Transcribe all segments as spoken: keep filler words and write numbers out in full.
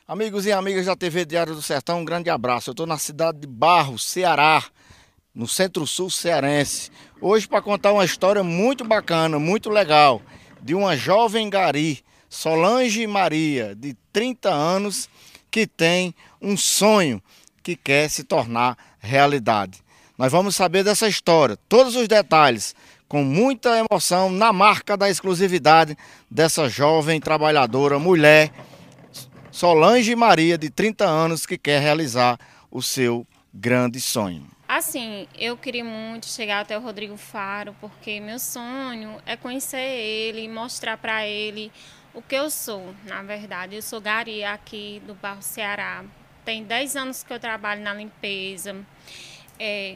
Amigos e amigas da T V Diário do Sertão, um grande abraço. Eu estou na cidade de Barros, Ceará, no centro-sul cearense. Hoje para contar uma história muito bacana, muito legal, de uma jovem gari, Solange Maria, de trinta anos, que tem um sonho que quer se tornar realidade. Nós vamos saber dessa história, todos os detalhes, com muita emoção, na marca da exclusividade dessa jovem trabalhadora, mulher, Solange Maria, de trinta anos, que quer realizar o seu grande sonho. Assim, eu queria muito chegar até o Rodrigo Faro, porque meu sonho é conhecer ele, mostrar para ele o que eu sou, na verdade. Eu sou gari aqui do Barro Ceará. Tem dez anos que eu trabalho na limpeza. É,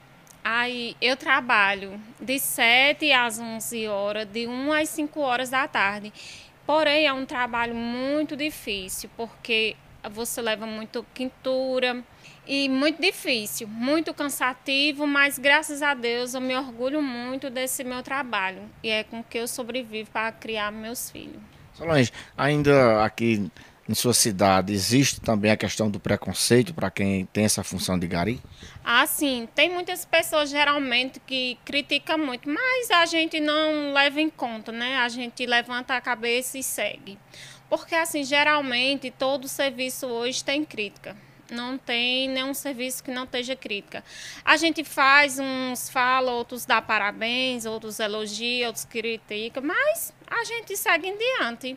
aí eu trabalho de sete às onze horas, de uma às cinco horas da tarde. Porém, é um trabalho muito difícil, porque você leva muito quintura e muito difícil, muito cansativo, mas graças a Deus eu me orgulho muito desse meu trabalho e é com que eu sobrevivo para criar meus filhos. Solange, ainda aqui em sua cidade, existe também a questão do preconceito para quem tem essa função de gari? Ah, sim, tem muitas pessoas geralmente que criticam muito, mas a gente não leva em conta, né? A gente levanta a cabeça e segue. Porque, assim, geralmente todo serviço hoje tem crítica. Não tem nenhum serviço que não esteja crítica. A gente faz, uns fala, outros dá parabéns, outros elogiam, outros criticam, mas a gente segue em diante.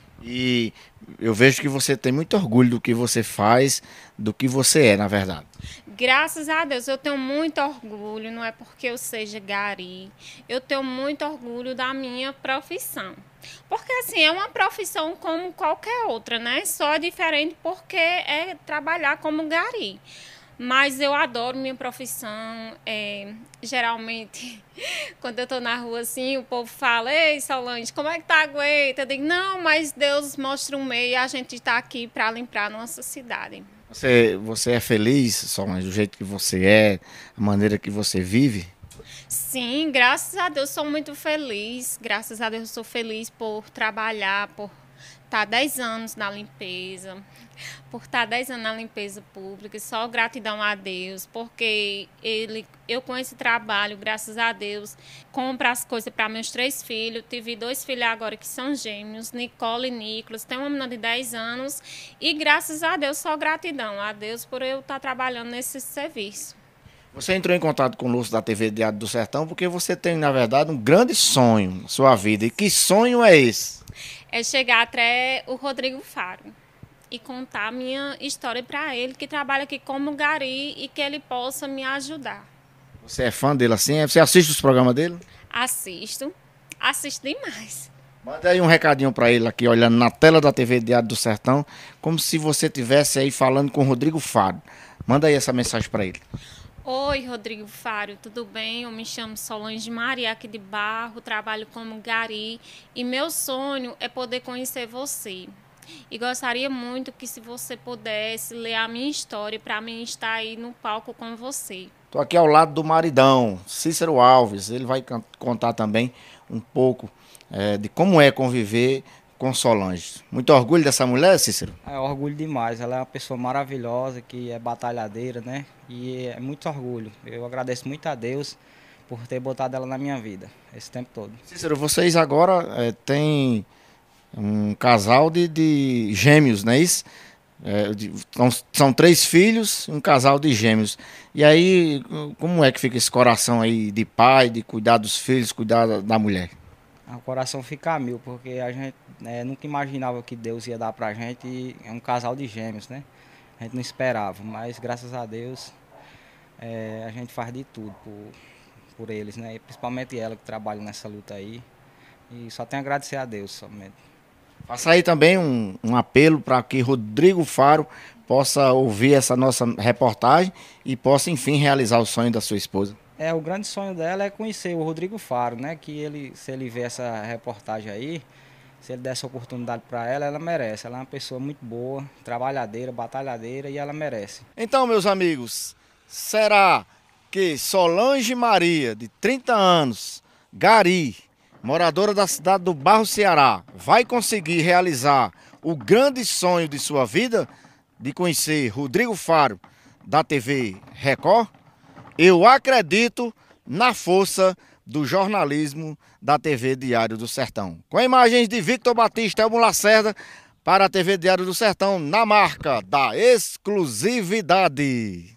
E eu vejo que você tem muito orgulho do que você faz, do que você é, na verdade. Graças a Deus, eu tenho muito orgulho, não é porque eu seja gari, eu tenho muito orgulho da minha profissão. Porque, assim, é uma profissão como qualquer outra, né? Só é diferente porque é trabalhar como gari. Mas eu adoro minha profissão. É, geralmente, quando eu tô na rua assim, o povo fala: Ei, Solange, como é que tá aguenta? Eu digo: Não, mas Deus mostra um meio e a gente tá aqui para limpar a nossa cidade. Você, você é feliz, Solange, do jeito que você é, a maneira que você vive? Sim, graças a Deus sou muito feliz. Graças a Deus sou feliz por trabalhar, por estar dez anos na limpeza, por estar dez anos na limpeza pública. Só gratidão a Deus, porque ele, eu com esse trabalho, graças a Deus, compro as coisas para meus três filhos. Tive dois filhos agora que são gêmeos, Nicole e Nicolas. Tem uma menina de dez anos e graças a Deus, só gratidão a Deus por eu estar trabalhando nesse serviço. Você entrou em contato conosco da T V Diário do Sertão porque você tem, na verdade, um grande sonho na sua vida. E que sonho é esse? É chegar até o Rodrigo Faro e contar a minha história para ele, que trabalha aqui como gari e que ele possa me ajudar. Você é fã dele assim? Você assiste os programas dele? Assisto, assisto demais. Manda aí um recadinho para ele aqui, olhando na tela da T V Diário do Sertão, como se você estivesse aí falando com o Rodrigo Faro. Manda aí essa mensagem para ele. Oi, Rodrigo Faro, tudo bem? Eu me chamo Solange Maria, aqui de Barro, trabalho como gari e meu sonho é poder conhecer você. E gostaria muito que, se você pudesse, ler a minha história para mim estar aí no palco com você. Estou aqui ao lado do maridão, Cícero Alves. Ele vai contar também um pouco é, de como é conviver com Solange. Muito orgulho dessa mulher, Cícero? É orgulho demais, ela é uma pessoa maravilhosa, que é batalhadeira, né? E é muito orgulho. Eu agradeço muito a Deus por ter botado ela na minha vida esse tempo todo. Cícero, vocês agora é, têm um casal de, de gêmeos, não é isso? É, de, são, são três filhos, um casal de gêmeos. E aí, como é que fica esse coração aí de pai, de cuidar dos filhos, cuidar da, da mulher? O coração fica a mil, porque a gente é, nunca imaginava que Deus ia dar pra gente e é um casal de gêmeos, né? A gente não esperava, mas graças a Deus é, a gente faz de tudo por, por eles, né? E principalmente ela que trabalha nessa luta aí. E só tenho a agradecer a Deus somente. Faça aí também um, um apelo para que Rodrigo Faro possa ouvir essa nossa reportagem e possa, enfim, realizar o sonho da sua esposa. É, o grande sonho dela é conhecer o Rodrigo Faro, né? Que ele, se ele ver essa reportagem aí, se ele der essa oportunidade para ela, ela merece. Ela é uma pessoa muito boa, trabalhadeira, batalhadeira e ela merece. Então, meus amigos, será que Solange Maria, de trinta anos, gari, moradora da cidade do Barro Ceará, vai conseguir realizar o grande sonho de sua vida, de conhecer Rodrigo Faro, da T V Record, eu acredito na força do jornalismo da T V Diário do Sertão. Com imagens de Victor Batista e Elmo Lacerda, para a T V Diário do Sertão, na marca da exclusividade.